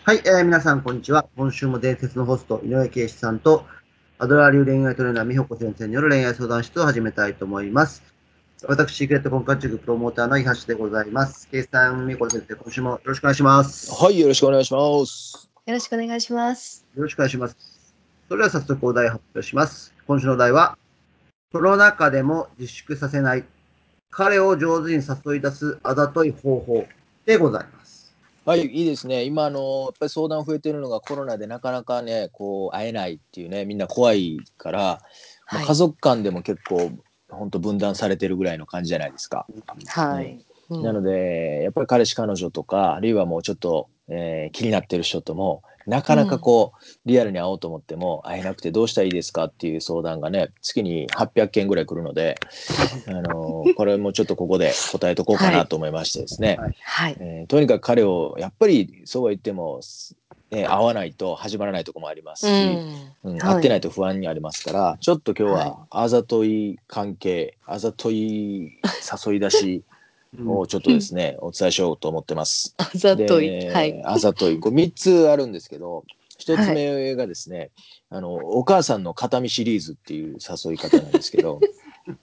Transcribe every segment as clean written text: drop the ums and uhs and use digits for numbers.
はい、皆さん、こんにちは。今週も伝説のホスト、井上圭司さんと、アドラー流恋愛トレーナー、美穂子先生による恋愛相談室を始めたいと思います。私、シークレット婚活塾プロモーターの伊橋でございます。圭司さん、美穂子先生、今週もよろしくお願いします。 はい、よろしくお願いします。 よろしくお願いします。 よろしくお願いします。それでは早速お題を発表します。今週のお題は、コロナ禍でも自粛させない、彼を上手に誘い出すあざとい方法でございます。 はい、いいですね。今、やっぱり相談増えてるのがコロナでなかなかね、こう、会えないっていうね、みんな怖いから、もう家族間でも結構、本当分断されてるぐらいの感じじゃないですか。 はい。 なので、やっぱり彼氏彼女とか、あるいはもうちょっと、気になってる人とも、なかなかこう、リアルに会おうと思っても会えなくてどうしたらいいですかっていう相談がね、月に800件ぐらい来るので、これもちょっとここで答えとこうかなと思いましてですね。 はい。 とにかく彼をやっぱりそうは言っても、会わないと始まらないところもありますし、会ってないと不安にありますから、ちょっと今日はあざとい関係、あざとい誘い出しをちょっとですね、お伝えしようと思ってます。 あざとい。はい。 で、あざとい、これ3つあるんですけど、1つはい。 目がですね、お母さんの形見シリーズっていう誘い方なんですけど、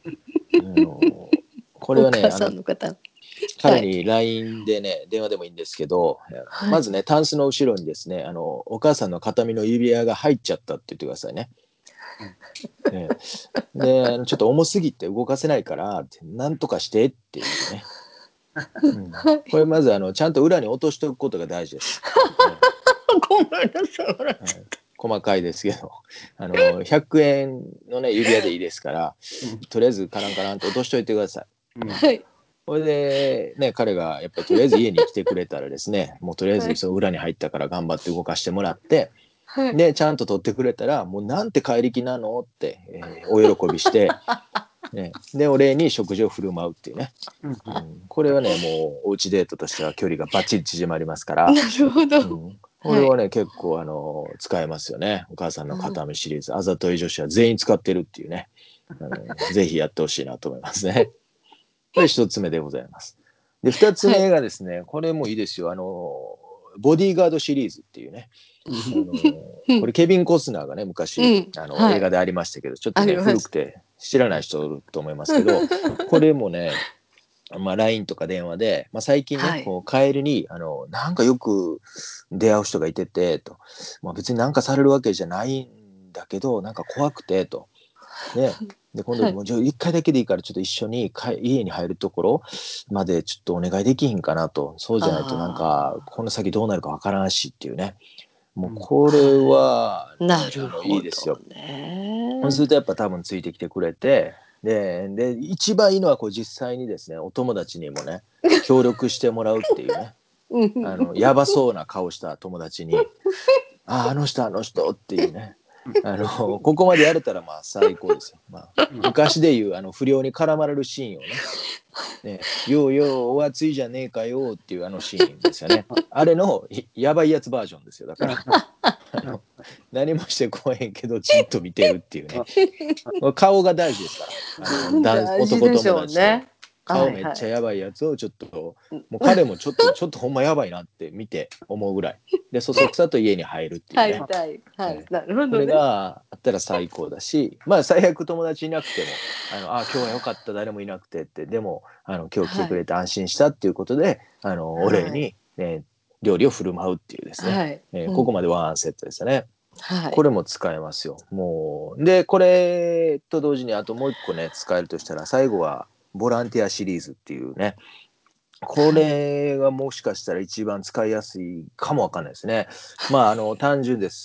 これはね、 お母さんの方。はい。 彼に LINE でね、電話でもいいんですけど、 はい。 まずね、タンスの後ろにですね、お母さんの形見の指輪が入っちゃったって言ってくださいね。ねで、ちょっと重すぎて動かせないから、なんとかしてっていうね。これまずちゃんと裏に落としておくことが大事です。 ごめんなさい。笑っちゃっ細かいですけど、100円のね、指輪でいいですから、とりあえずカランカランと落としといてください。 た。はい。 これで、ね、彼がやっぱりとりあえず家に来てくれたらですね、もうとりあえずその裏に入ったから頑張って動かしてもらって、 はい。 で、ちゃんと取ってくれたら、もうなんて怪力なのって、お喜びして、ね、で、お礼に食事を振る舞うっていうね。これはね、もうおうちデートとしては距離がバッチリ縮まりますから、 なるほど。 これはね、結構使えますよね。お母さんの形見シリーズ、あざとい女子は全員使ってるっていうね。ぜひやってほしいなと思いますね。これ一つ目でございます。で、二つ目がですね、これもいいですよ。ボディーガードシリーズっていうね。これケビン・コスナーがね、昔、映画でありましたけど、ちょっとね、古くて知らない人いると思いますけど、これもね、LINE とか電話で、最近ね、こう、帰りに、なんかよく出会う人がいてて、と。別になんかされるわけじゃないんだけど、なんか怖くて、と。ね。で、今度、もうじゃあ一回だけでいいから、ちょっと一緒に家に入るところまでちょっとお願いできひんかなと。そうじゃないとなんか、この先どうなるかわからんしっていうね。もうこれはね、 なるいほどいですよ。そうすね。 るとやっぱ多分ついてきてくれて、で、一番いいのはこう実際にですね、お友達にもね、協力してもらうっていうね、やばそうな顔した友達に、あの人、あの人っていうね、ここまでやれたらまあ最高ですよ。昔でいう不良に絡まれるシーンをね、ようようお熱いじゃねえかよっていうシーンですよね。あれのやばいやつバージョンですよ。だから何もしてこへんけどじっと見てるっていうね。顔が大事ですから。 大事男でしょう友達とね。 顔めっちゃやばいやつをちょっと、もう彼もちょっとほんまやばいなって見て思うぐらい。で、そそくさと家に入るっていうね。 はいはい。はい。 えなるほこれどね。 があったら最高だし、最悪友達いなくても、今日はよかった、誰もいなくてって、でも、今日来てくれて安心したっていうことで、お礼に、料理を振る舞うっていうですね。ここまでワンセットですよね。これも使えますよ。もう。で、これと同時にあともう一個ね、使えるとしたら、最後はボランティアシリーズっていうね。これがもしかしたら一番使いやすいかもわかんないですね。単純です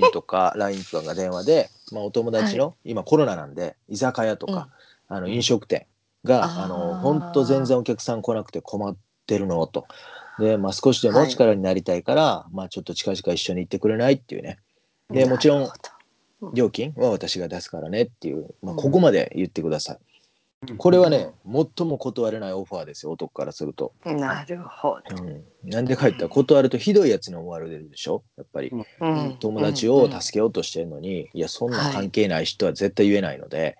。LINE とかが電話で、お友達の、今コロナなんで、居酒屋とか、飲食店が、本当全然お客さん来なくて困ってるのと。で、少しでも力になりたいから、ちょっと近々一緒に行ってくれないっていうね。で、もちろん、料金は私が出すからねっていう、ここまで言ってください。これはね、最も断れないオファーですよ、男からすると。 なるほど。 なんでか言ったら断るとひどいやつに思われるでしょ、やっぱり。友達を助けようとしてるのに、いや、そんな関係ない人は絶対言えないので、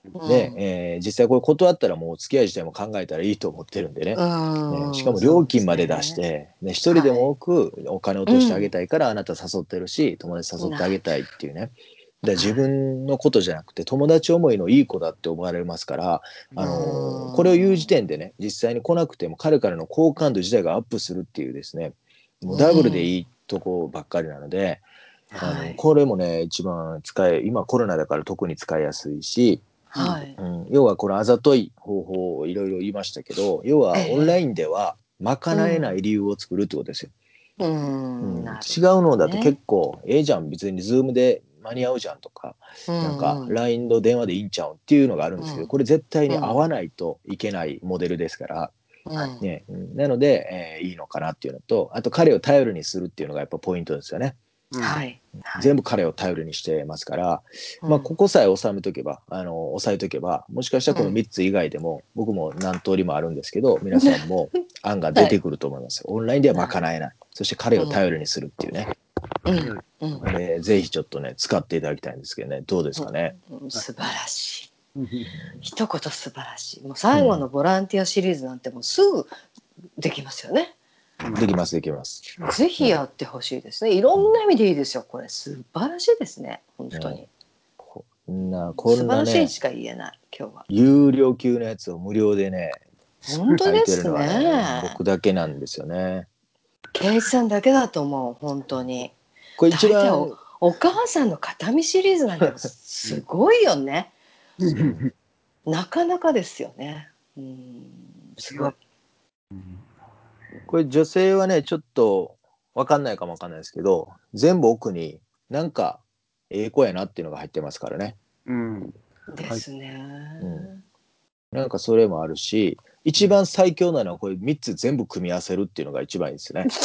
ね実際これ断ったらもうお付き合い自体も考えたらいいと思ってるんでね。しかも料金まで出して、ね、一人でも多くお金を落としてあげたいからあなた誘ってるし、友達誘ってあげたいっていうね。自分のことじゃなくて友達思いのいい子だって思われますから、これを言う時点でね、実際に来なくても彼からの好感度自体がアップするっていうですね、もうダブルでいいとこばっかりなので、これもね一番今コロナだから特に使いやすいし、要はこれあざとい方法をいろいろ言いましたけど、要はオンラインでは賄えない理由を作るってことですよ。違うのだと結構じゃん、別にズームで間に合うじゃんとか、なんか LINE の電話でいいんちゃうっていうのがあるんですけど、これ絶対に会わないといけないモデルですから、ね、なので、いいのかなっていうのと、あと彼を頼りにするっていうのがやっぱポイントですよね。全部彼を頼りにしてますから、ここさえ収めとけば抑えとけば、もしかしたらこの3つ以外でも、僕も何通りもあるんですけど、皆さんも案が出てくると思います。オンラインでは賄えない、そして彼を頼りにするっていうね。ぜひちょっとね使っていただきたいんですけどね、どうですかね。 素晴らしい。一言素晴らしい。もう最後のボランティアシリーズなんてもうすぐできますよね。 できます。 ぜひやってほしいですね。いろんな意味でいいですよ。これ素晴らしいですね。本当に。 こんな素晴らしいねしか言えない今日は。 有料級のやつを無料でね本当書いですてるのはねね。 僕だけなんですよね。 圭一さんだけだと思う本当に。 これ一大体番お母さんの形見シリーズなんてすごいよね。なかなかですよね。すごい。 これ女性はねちょっと分かんないかも分かんないですけど、全部奥になんか子やなっていうのが入ってますからね。 ですね。 なんかそれもあるし、一番最強なのはこれ3つ全部組み合わせるっていうのが一番いいですね。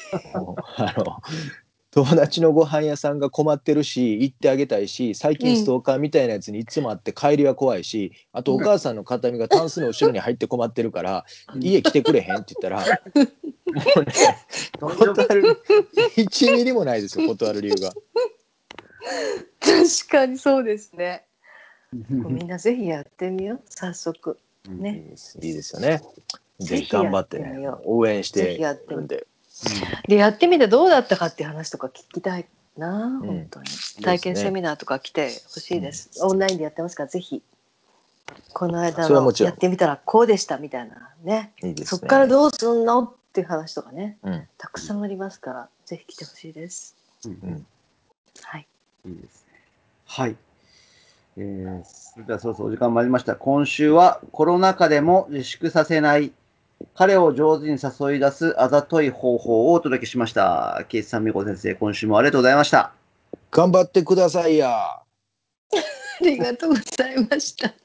友達のご飯屋さんが困ってるし行ってあげたいし、最近ストーカーみたいなやつにいつも会って帰りは怖いし、あとお母さんの形見がタンスの後ろに入って困ってるから家来てくれへんって言ったら、もうね断る1ミリもないですよ、断る理由が。 確かにそうですね。みんなぜひやってみよう早速ね。 いいですよね。ぜひ頑張ってね応援してるんで。 でやってみてどうだったかっていう話とか聞きたいな、本当に体験セミナーとか来てほしいです。オンラインでやってますから、ぜひこの間のやってみたらこうでしたみたいなね、そっからどうすんのっていう話とかね、たくさんありますから、ぜひ来てほしいです。はい、 いいですね。はい。それではそろそろお時間参りました。今週はコロナ禍でも自粛させない彼を上手に誘い出すあざとい方法をお届けしました。ケイスさん、みこ先生、今週もありがとうございました。 頑張ってくださいや。 ありがとうございました。